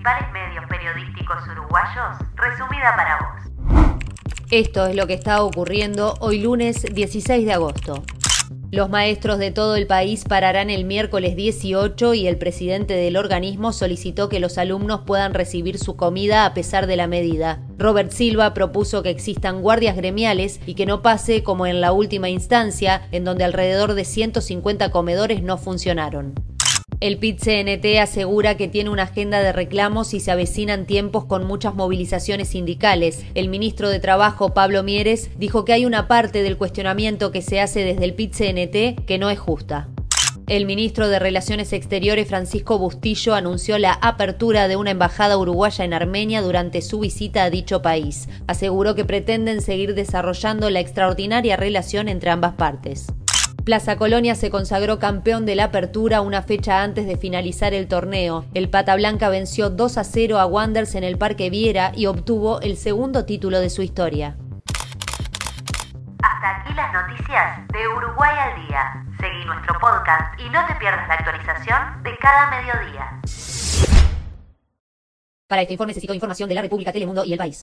principales medios periodísticos uruguayos, resumida para vos. Esto es lo que está ocurriendo hoy lunes 16 de agosto. Los maestros de todo el país pararán el miércoles 18 y el presidente del organismo solicitó que los alumnos puedan recibir su comida a pesar de la medida. Robert Silva propuso que existan guardias gremiales y que no pase como en la última instancia, en donde alrededor de 150 comedores no funcionaron. El PIT-CNT asegura que tiene una agenda de reclamos y se avecinan tiempos con muchas movilizaciones sindicales. El ministro de Trabajo, Pablo Mieres, dijo que hay una parte del cuestionamiento que se hace desde el PIT-CNT que no es justa. El ministro de Relaciones Exteriores, Francisco Bustillo, anunció la apertura de una embajada uruguaya en Armenia durante su visita a dicho país. Aseguró que pretenden seguir desarrollando la extraordinaria relación entre ambas partes. Plaza Colonia se consagró campeón de la apertura una fecha antes de finalizar el torneo. El Pata Blanca venció 2-0 a Wanderers en el Parque Viera y obtuvo el segundo título de su historia. Hasta aquí las noticias de Uruguay al día. Seguí nuestro podcast y no te pierdas la actualización de cada mediodía. Para este informe necesito información de la República, Telemundo y El País.